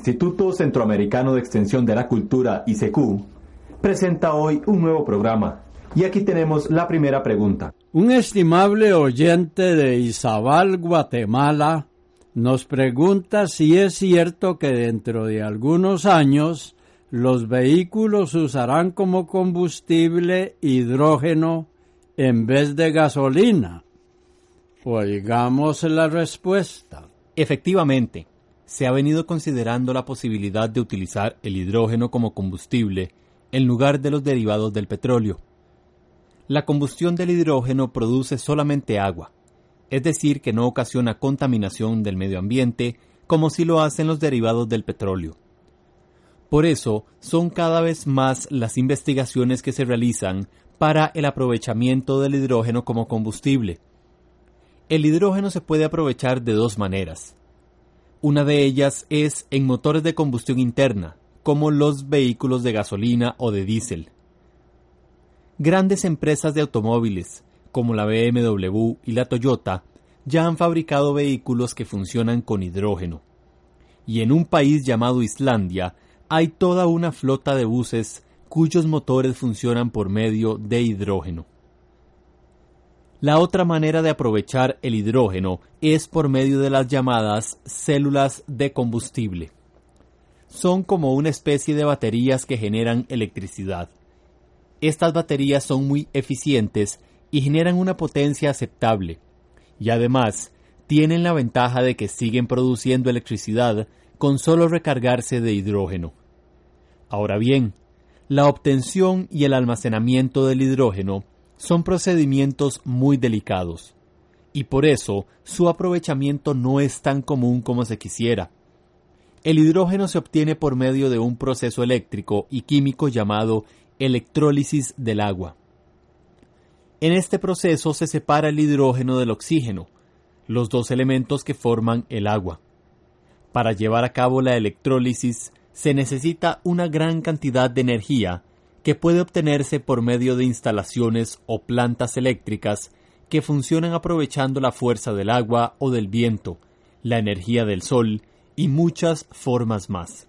Instituto Centroamericano de Extensión de la Cultura, ICQ, presenta hoy un nuevo programa. Y aquí tenemos la primera pregunta. Un estimable oyente de Izabal, Guatemala, nos pregunta si es cierto que dentro de algunos años los vehículos usarán como combustible hidrógeno en vez de gasolina. Oigamos la respuesta. Efectivamente, se ha venido considerando la posibilidad de utilizar el hidrógeno como combustible en lugar de los derivados del petróleo. La combustión del hidrógeno produce solamente agua, es decir, que no ocasiona contaminación del medio ambiente como si lo hacen los derivados del petróleo. Por eso, son cada vez más las investigaciones que se realizan para el aprovechamiento del hidrógeno como combustible. El hidrógeno se puede aprovechar de dos maneras. Una de ellas es en motores de combustión interna, como los vehículos de gasolina o de diésel. Grandes empresas de automóviles, como la BMW y la Toyota, ya han fabricado vehículos que funcionan con hidrógeno. Y en un país llamado Islandia, hay toda una flota de buses cuyos motores funcionan por medio de hidrógeno. La otra manera de aprovechar el hidrógeno es por medio de las llamadas células de combustible. Son como una especie de baterías que generan electricidad. Estas baterías son muy eficientes y generan una potencia aceptable, y además tienen la ventaja de que siguen produciendo electricidad con solo recargarse de hidrógeno. Ahora bien, la obtención y el almacenamiento del hidrógeno son procedimientos muy delicados, y por eso su aprovechamiento no es tan común como se quisiera. El hidrógeno se obtiene por medio de un proceso eléctrico y químico llamado electrólisis del agua. En este proceso se separa el hidrógeno del oxígeno, los dos elementos que forman el agua. Para llevar a cabo la electrólisis se necesita una gran cantidad de energía que puede obtenerse por medio de instalaciones o plantas eléctricas que funcionan aprovechando la fuerza del agua o del viento, la energía del sol y muchas formas más.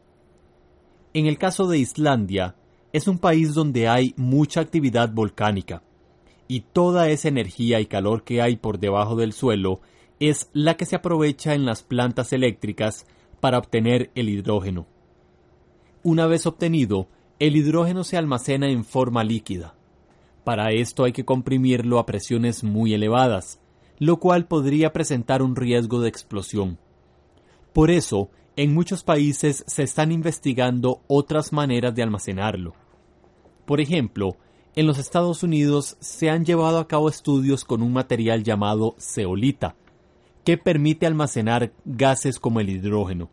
En el caso de Islandia, es un país donde hay mucha actividad volcánica, y toda esa energía y calor que hay por debajo del suelo es la que se aprovecha en las plantas eléctricas para obtener el hidrógeno. Una vez obtenido, el hidrógeno se almacena en forma líquida. Para esto hay que comprimirlo a presiones muy elevadas, lo cual podría presentar un riesgo de explosión. Por eso, en muchos países se están investigando otras maneras de almacenarlo. Por ejemplo, en los Estados Unidos se han llevado a cabo estudios con un material llamado zeolita, que permite almacenar gases como el hidrógeno.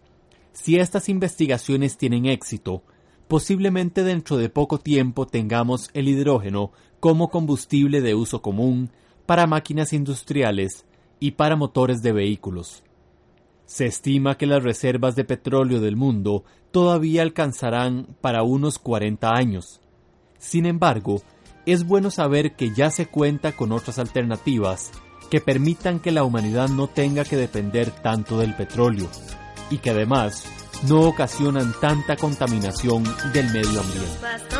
Si estas investigaciones tienen éxito, posiblemente dentro de poco tiempo tengamos el hidrógeno como combustible de uso común para máquinas industriales y para motores de vehículos. Se estima que las reservas de petróleo del mundo todavía alcanzarán para unos 40 años. Sin embargo, es bueno saber que ya se cuenta con otras alternativas que permitan que la humanidad no tenga que depender tanto del petróleo y que además no ocasionan tanta contaminación del medio ambiente.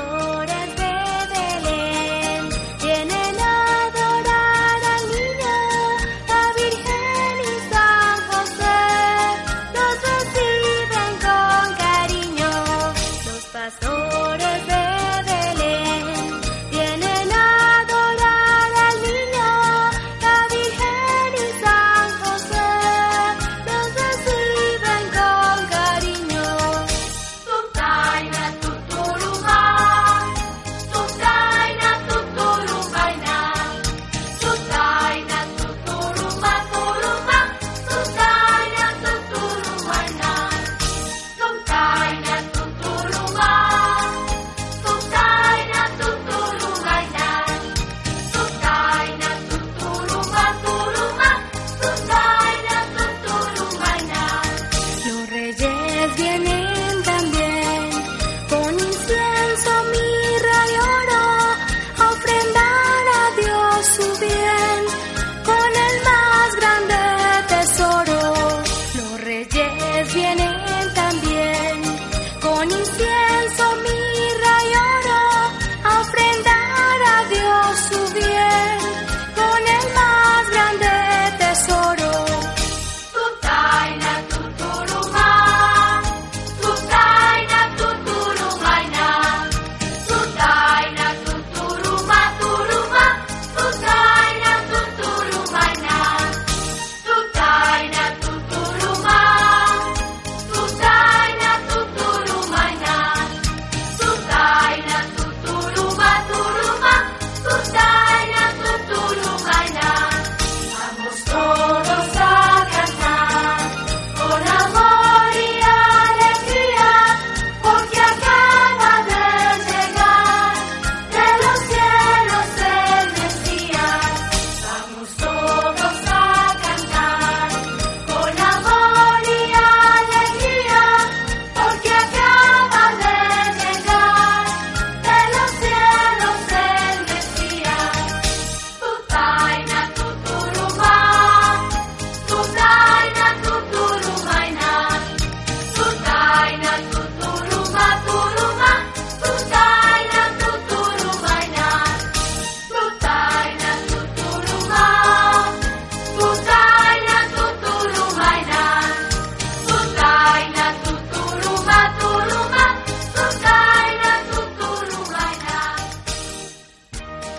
Tuturumá.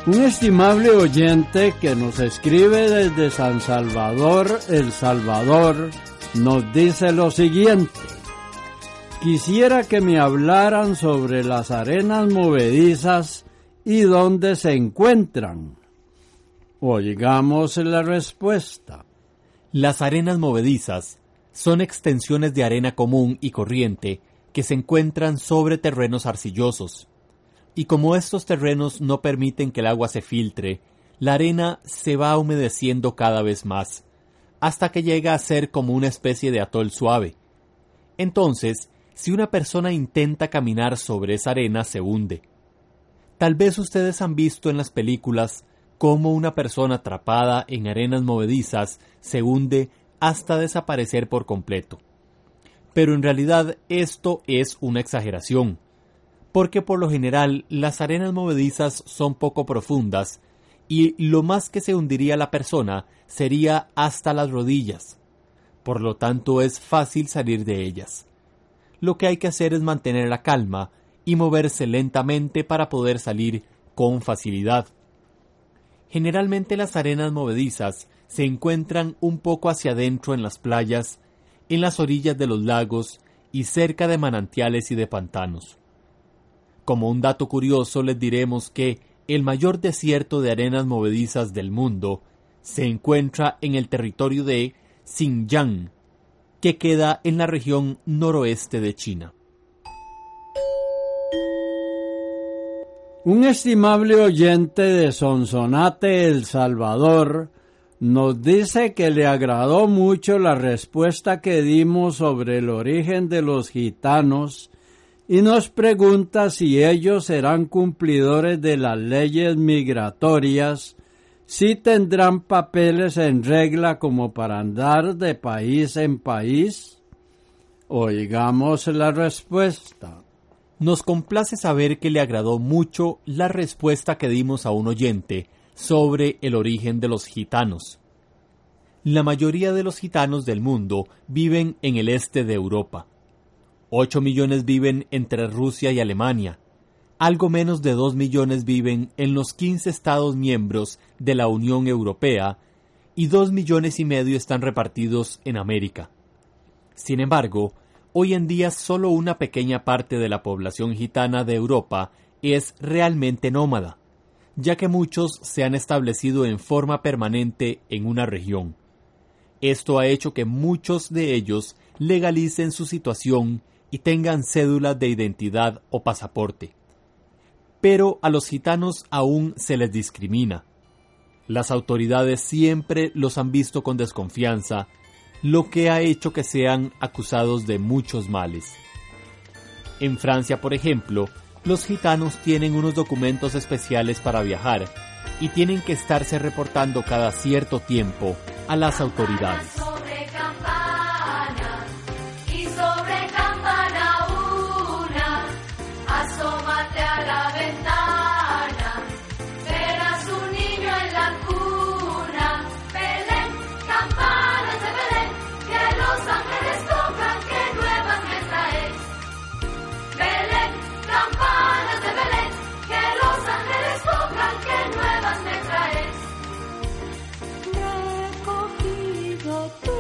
Un estimable oyente que nos escribe desde San Salvador, El Salvador, nos dice lo siguiente: quisiera que me hablaran sobre las arenas movedizas y dónde se encuentran. Oigamos la respuesta. Las arenas movedizas son extensiones de arena común y corriente que se encuentran sobre terrenos arcillosos. Y como estos terrenos no permiten que el agua se filtre, la arena se va humedeciendo cada vez más, hasta que llega a ser como una especie de atol suave. Entonces, si una persona intenta caminar sobre esa arena, se hunde. Tal vez ustedes han visto en las películas cómo una persona atrapada en arenas movedizas se hunde hasta desaparecer por completo. Pero en realidad esto es una exageración, porque por lo general las arenas movedizas son poco profundas y lo más que se hundiría la persona sería hasta las rodillas. Por lo tanto es fácil salir de ellas. Lo que hay que hacer es mantener la calma y moverse lentamente para poder salir con facilidad. Generalmente las arenas movedizas se encuentran un poco hacia adentro en las playas, en las orillas de los lagos y cerca de manantiales y de pantanos. Como un dato curioso les diremos que el mayor desierto de arenas movedizas del mundo se encuentra en el territorio de Xinjiang, que queda en la región noroeste de China. Un estimable oyente de Sonsonate, El Salvador, nos dice que le agradó mucho la respuesta que dimos sobre el origen de los gitanos y nos pregunta si ellos serán cumplidores de las leyes migratorias, si tendrán papeles en regla como para andar de país en país. Oigamos la respuesta. Nos complace saber que le agradó mucho la respuesta que dimos a un oyente sobre el origen de los gitanos. La mayoría de los gitanos del mundo viven en el este de Europa. 8 millones viven entre Rusia y Alemania. Algo menos de 2 millones viven en los 15 estados miembros de la Unión Europea y 2,5 millones están repartidos en América. Sin embargo, hoy en día solo una pequeña parte de la población gitana de Europa es realmente nómada, ya que muchos se han establecido en forma permanente en una región. Esto ha hecho que muchos de ellos legalicen su situación y tengan cédulas de identidad o pasaporte. Pero a los gitanos aún se les discrimina. Las autoridades siempre los han visto con desconfianza, lo que ha hecho que sean acusados de muchos males. En Francia, por ejemplo, los gitanos tienen unos documentos especiales para viajar y tienen que estarse reportando cada cierto tiempo a las autoridades. Recogido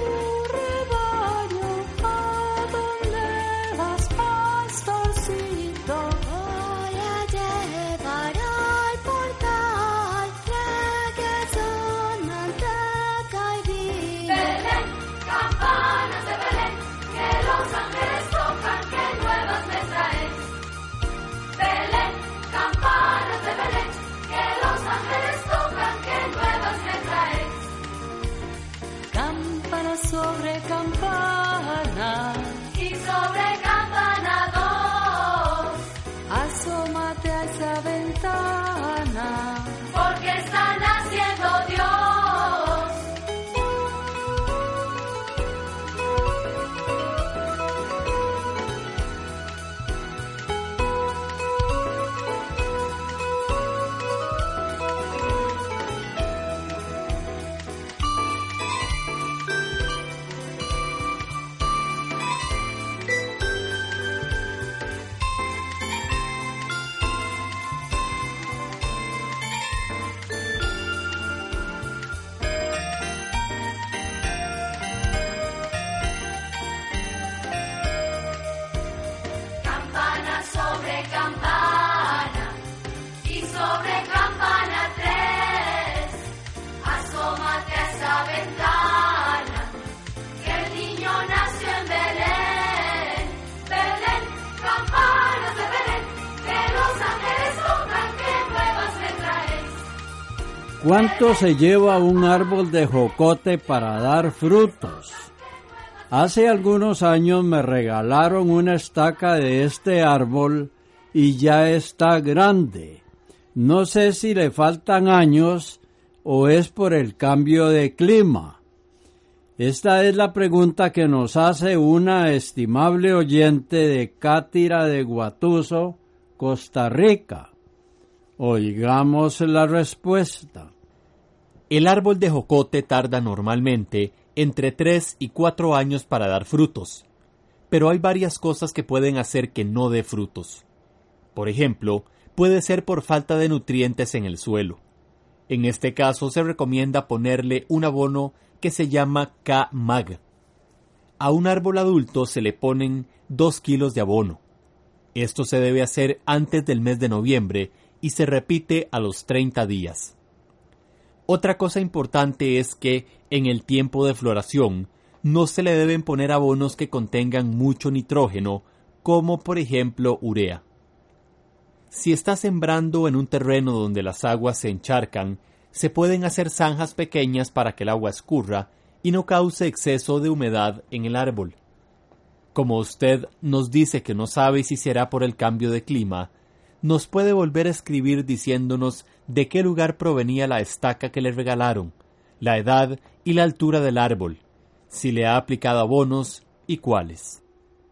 ¿Cuánto se lleva un árbol de jocote para dar frutos? Hace algunos años me regalaron una estaca de este árbol y ya está grande. No sé si le faltan años o es por el cambio de clima. Esta es la pregunta que nos hace una estimable oyente de Cátira de Guatuso, Costa Rica. Oigamos la respuesta. El árbol de jocote tarda normalmente entre 3 y 4 años para dar frutos, pero hay varias cosas que pueden hacer que no dé frutos. Por ejemplo, puede ser por falta de nutrientes en el suelo. En este caso se recomienda ponerle un abono que se llama K-Mag. A un árbol adulto se le ponen 2 kilos de abono. Esto se debe hacer antes del mes de noviembre y se repite a los 30 días. Otra cosa importante es que, en el tiempo de floración, no se le deben poner abonos que contengan mucho nitrógeno, como por ejemplo urea. Si está sembrando en un terreno donde las aguas se encharcan, se pueden hacer zanjas pequeñas para que el agua escurra y no cause exceso de humedad en el árbol. Como usted nos dice que no sabe si será por el cambio de clima, nos puede volver a escribir diciéndonos de qué lugar provenía la estaca que le regalaron, la edad y la altura del árbol, si le ha aplicado abonos y cuáles.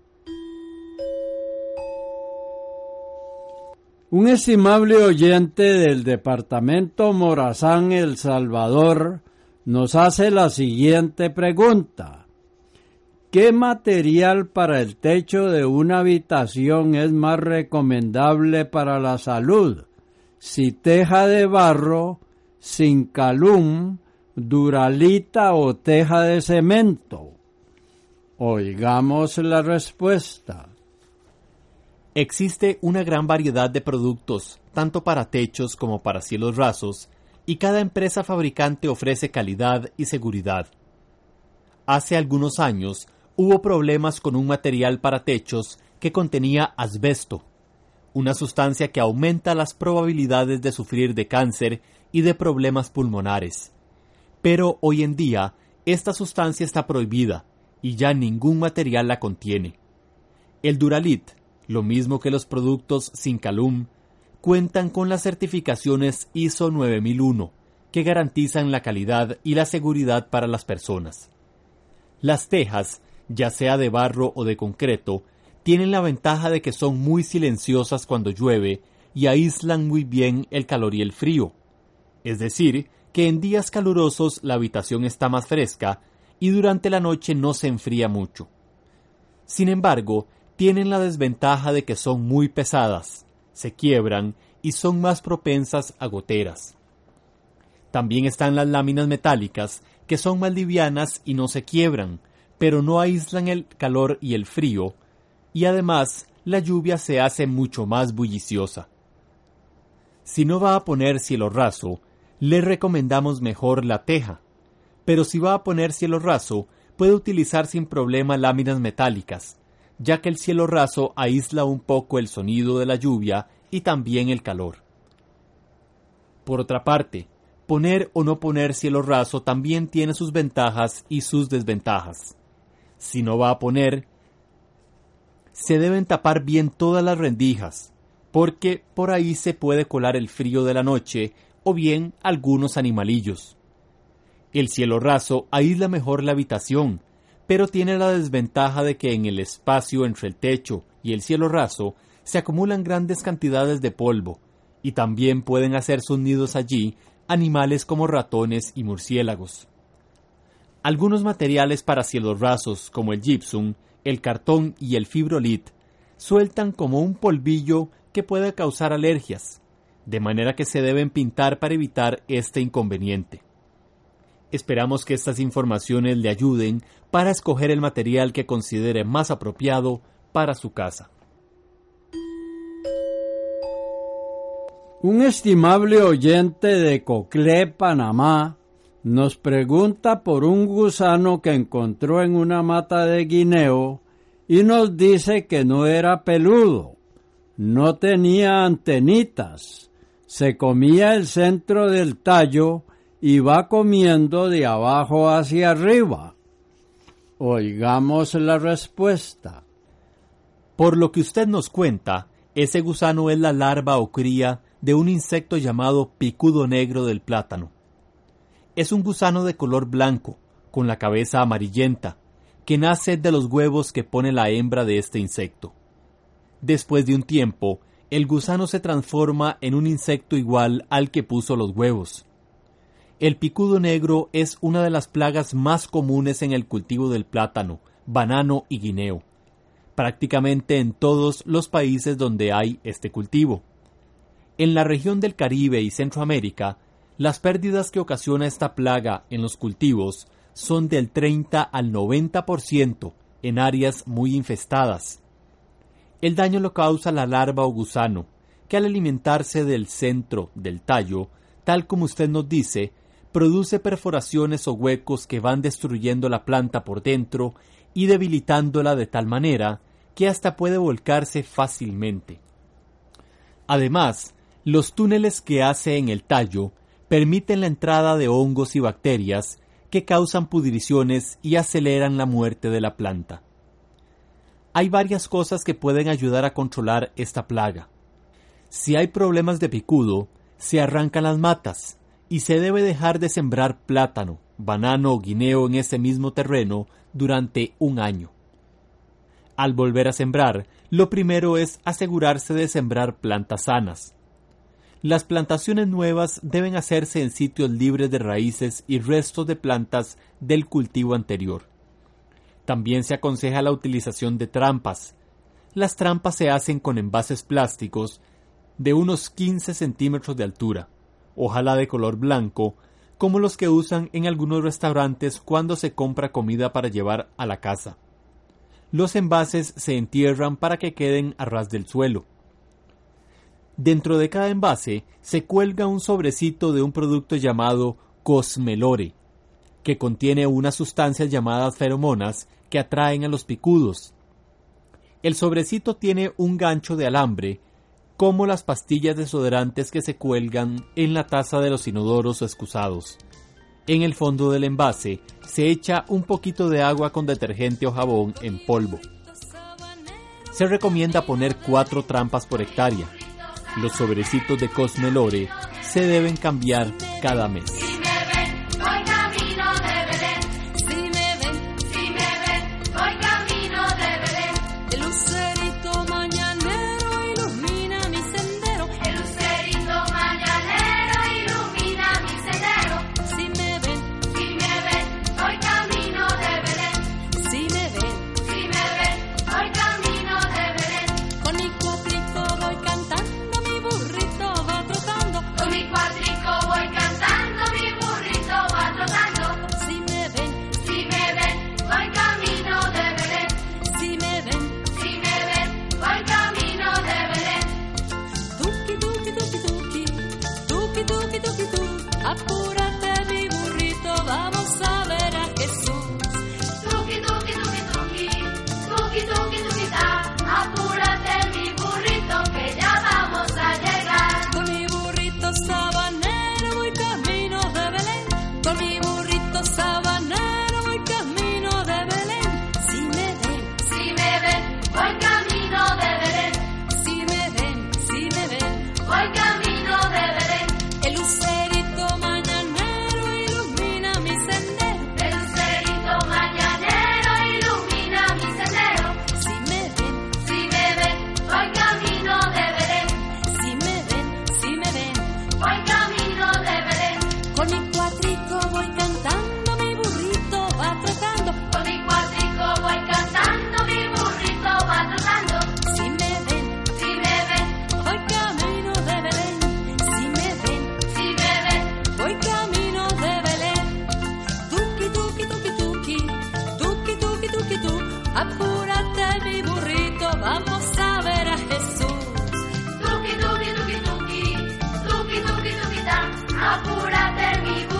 Un estimable oyente del departamento Morazán, El Salvador, nos hace la siguiente pregunta. ¿Qué material para el techo de una habitación es más recomendable para la salud? Si teja de barro, Sincalum, Duralita o teja de cemento. Oigamos la respuesta. Existe una gran variedad de productos, tanto para techos como para cielos rasos, y cada empresa fabricante ofrece calidad y seguridad. Hace algunos años, hubo problemas con un material para techos que contenía asbesto, una sustancia que aumenta las probabilidades de sufrir de cáncer y de problemas pulmonares. Pero hoy en día, esta sustancia está prohibida y ya ningún material la contiene. El Duralit, lo mismo que los productos Sincalum, cuentan con las certificaciones ISO 9001, que garantizan la calidad y la seguridad para las personas. Las tejas, ya sea de barro o de concreto, tienen la ventaja de que son muy silenciosas cuando llueve y aíslan muy bien el calor y el frío. Es decir, que en días calurosos la habitación está más fresca y durante la noche no se enfría mucho. Sin embargo, tienen la desventaja de que son muy pesadas, se quiebran y son más propensas a goteras. También están las láminas metálicas, que son más livianas y no se quiebran, pero no aíslan el calor y el frío, y además la lluvia se hace mucho más bulliciosa. Si no va a poner cielo raso, le recomendamos mejor la teja, pero si va a poner cielo raso, puede utilizar sin problema láminas metálicas, ya que el cielo raso aísla un poco el sonido de la lluvia y también el calor. Por otra parte, poner o no poner cielo raso también tiene sus ventajas y sus desventajas. Si no va a poner, se deben tapar bien todas las rendijas, porque por ahí se puede colar el frío de la noche o bien algunos animalillos. El cielo raso aísla mejor la habitación, pero tiene la desventaja de que en el espacio entre el techo y el cielo raso se acumulan grandes cantidades de polvo, y también pueden hacer sus nidos allí animales como ratones y murciélagos. Algunos materiales para cielos rasos, como el gypsum, el cartón y el fibrolit, sueltan como un polvillo que puede causar alergias, de manera que se deben pintar para evitar este inconveniente. Esperamos que estas informaciones le ayuden para escoger el material que considere más apropiado para su casa. Un estimable oyente de Coclé, Panamá, nos pregunta por un gusano que encontró en una mata de guineo y nos dice que no era peludo, no tenía antenitas, se comía el centro del tallo y va comiendo de abajo hacia arriba. Oigamos la respuesta. Por lo que usted nos cuenta, ese gusano es la larva o cría de un insecto llamado picudo negro del plátano. Es un gusano de color blanco, con la cabeza amarillenta, que nace de los huevos que pone la hembra de este insecto. Después de un tiempo, el gusano se transforma en un insecto igual al que puso los huevos. El picudo negro es una de las plagas más comunes en el cultivo del plátano, banano y guineo, prácticamente en todos los países donde hay este cultivo. En la región del Caribe y Centroamérica, las pérdidas que ocasiona esta plaga en los cultivos son del 30 al 90% en áreas muy infestadas. El daño lo causa la larva o gusano, que al alimentarse del centro del tallo, tal como usted nos dice, produce perforaciones o huecos que van destruyendo la planta por dentro y debilitándola de tal manera que hasta puede volcarse fácilmente. Además, los túneles que hace en el tallo permiten la entrada de hongos y bacterias que causan pudriciones y aceleran la muerte de la planta. Hay varias cosas que pueden ayudar a controlar esta plaga. Si hay problemas de picudo, se arrancan las matas y se debe dejar de sembrar plátano, banano o guineo en ese mismo terreno durante un año. Al volver a sembrar, lo primero es asegurarse de sembrar plantas sanas. Las plantaciones nuevas deben hacerse en sitios libres de raíces y restos de plantas del cultivo anterior. También se aconseja la utilización de trampas. Las trampas se hacen con envases plásticos de unos 15 centímetros de altura, ojalá de color blanco, como los que usan en algunos restaurantes cuando se compra comida para llevar a la casa. Los envases se entierran para que queden a ras del suelo. Dentro de cada envase se cuelga un sobrecito de un producto llamado Cosmelore, que contiene unas sustancias llamadas feromonas que atraen a los picudos. El sobrecito tiene un gancho de alambre, como las pastillas desodorantes que se cuelgan en la taza de los inodoros o excusados. En el fondo del envase se echa un poquito de agua con detergente o jabón en polvo. Se recomienda poner 4 trampas por hectárea. Los sobrecitos de Cosmelore se deben cambiar cada mes. Apúrate mi burrito.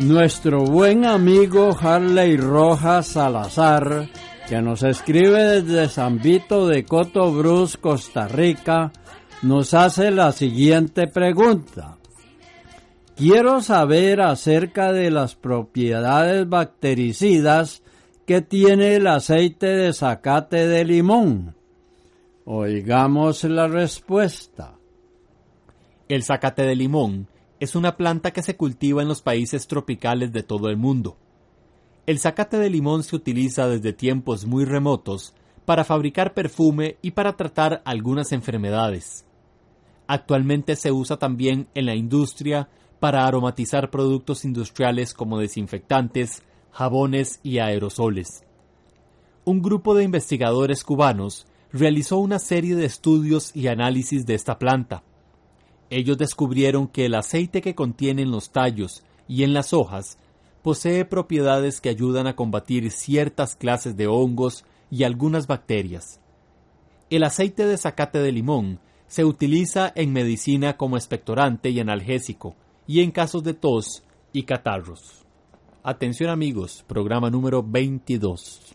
nuestro buen amigo Harley Rojas Salazar, que nos escribe desde San Vito de Cotobruz, Costa Rica, nos hace la siguiente pregunta. Quiero saber acerca de las propiedades bactericidas que tiene el aceite de zacate de limón. Oigamos la respuesta. El zacate de limón es una planta que se cultiva en los países tropicales de todo el mundo. El zacate de limón se utiliza desde tiempos muy remotos para fabricar perfume y para tratar algunas enfermedades. Actualmente se usa también en la industria para aromatizar productos industriales como desinfectantes, jabones y aerosoles. Un grupo de investigadores cubanos realizó una serie de estudios y análisis de esta planta. Ellos descubrieron que el aceite que contiene en los tallos y en las hojas posee propiedades que ayudan a combatir ciertas clases de hongos y algunas bacterias. El aceite de zacate de limón se utiliza en medicina como expectorante y analgésico, y en casos de tos y catarros. Atención amigos, programa número 22.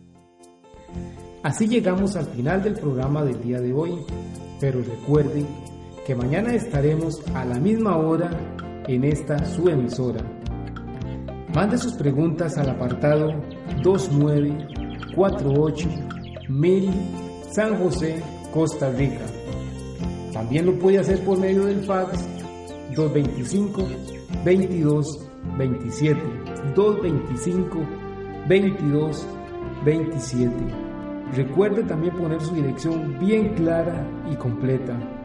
Así llegamos al final del programa del día de hoy, pero recuerden que mañana estaremos a la misma hora en esta su emisora. Mande sus preguntas al apartado 2948-1000 San José, Costa Rica. También lo puede hacer por medio del fax 225-2227, 225-2227. Recuerde también poner su dirección bien clara y completa.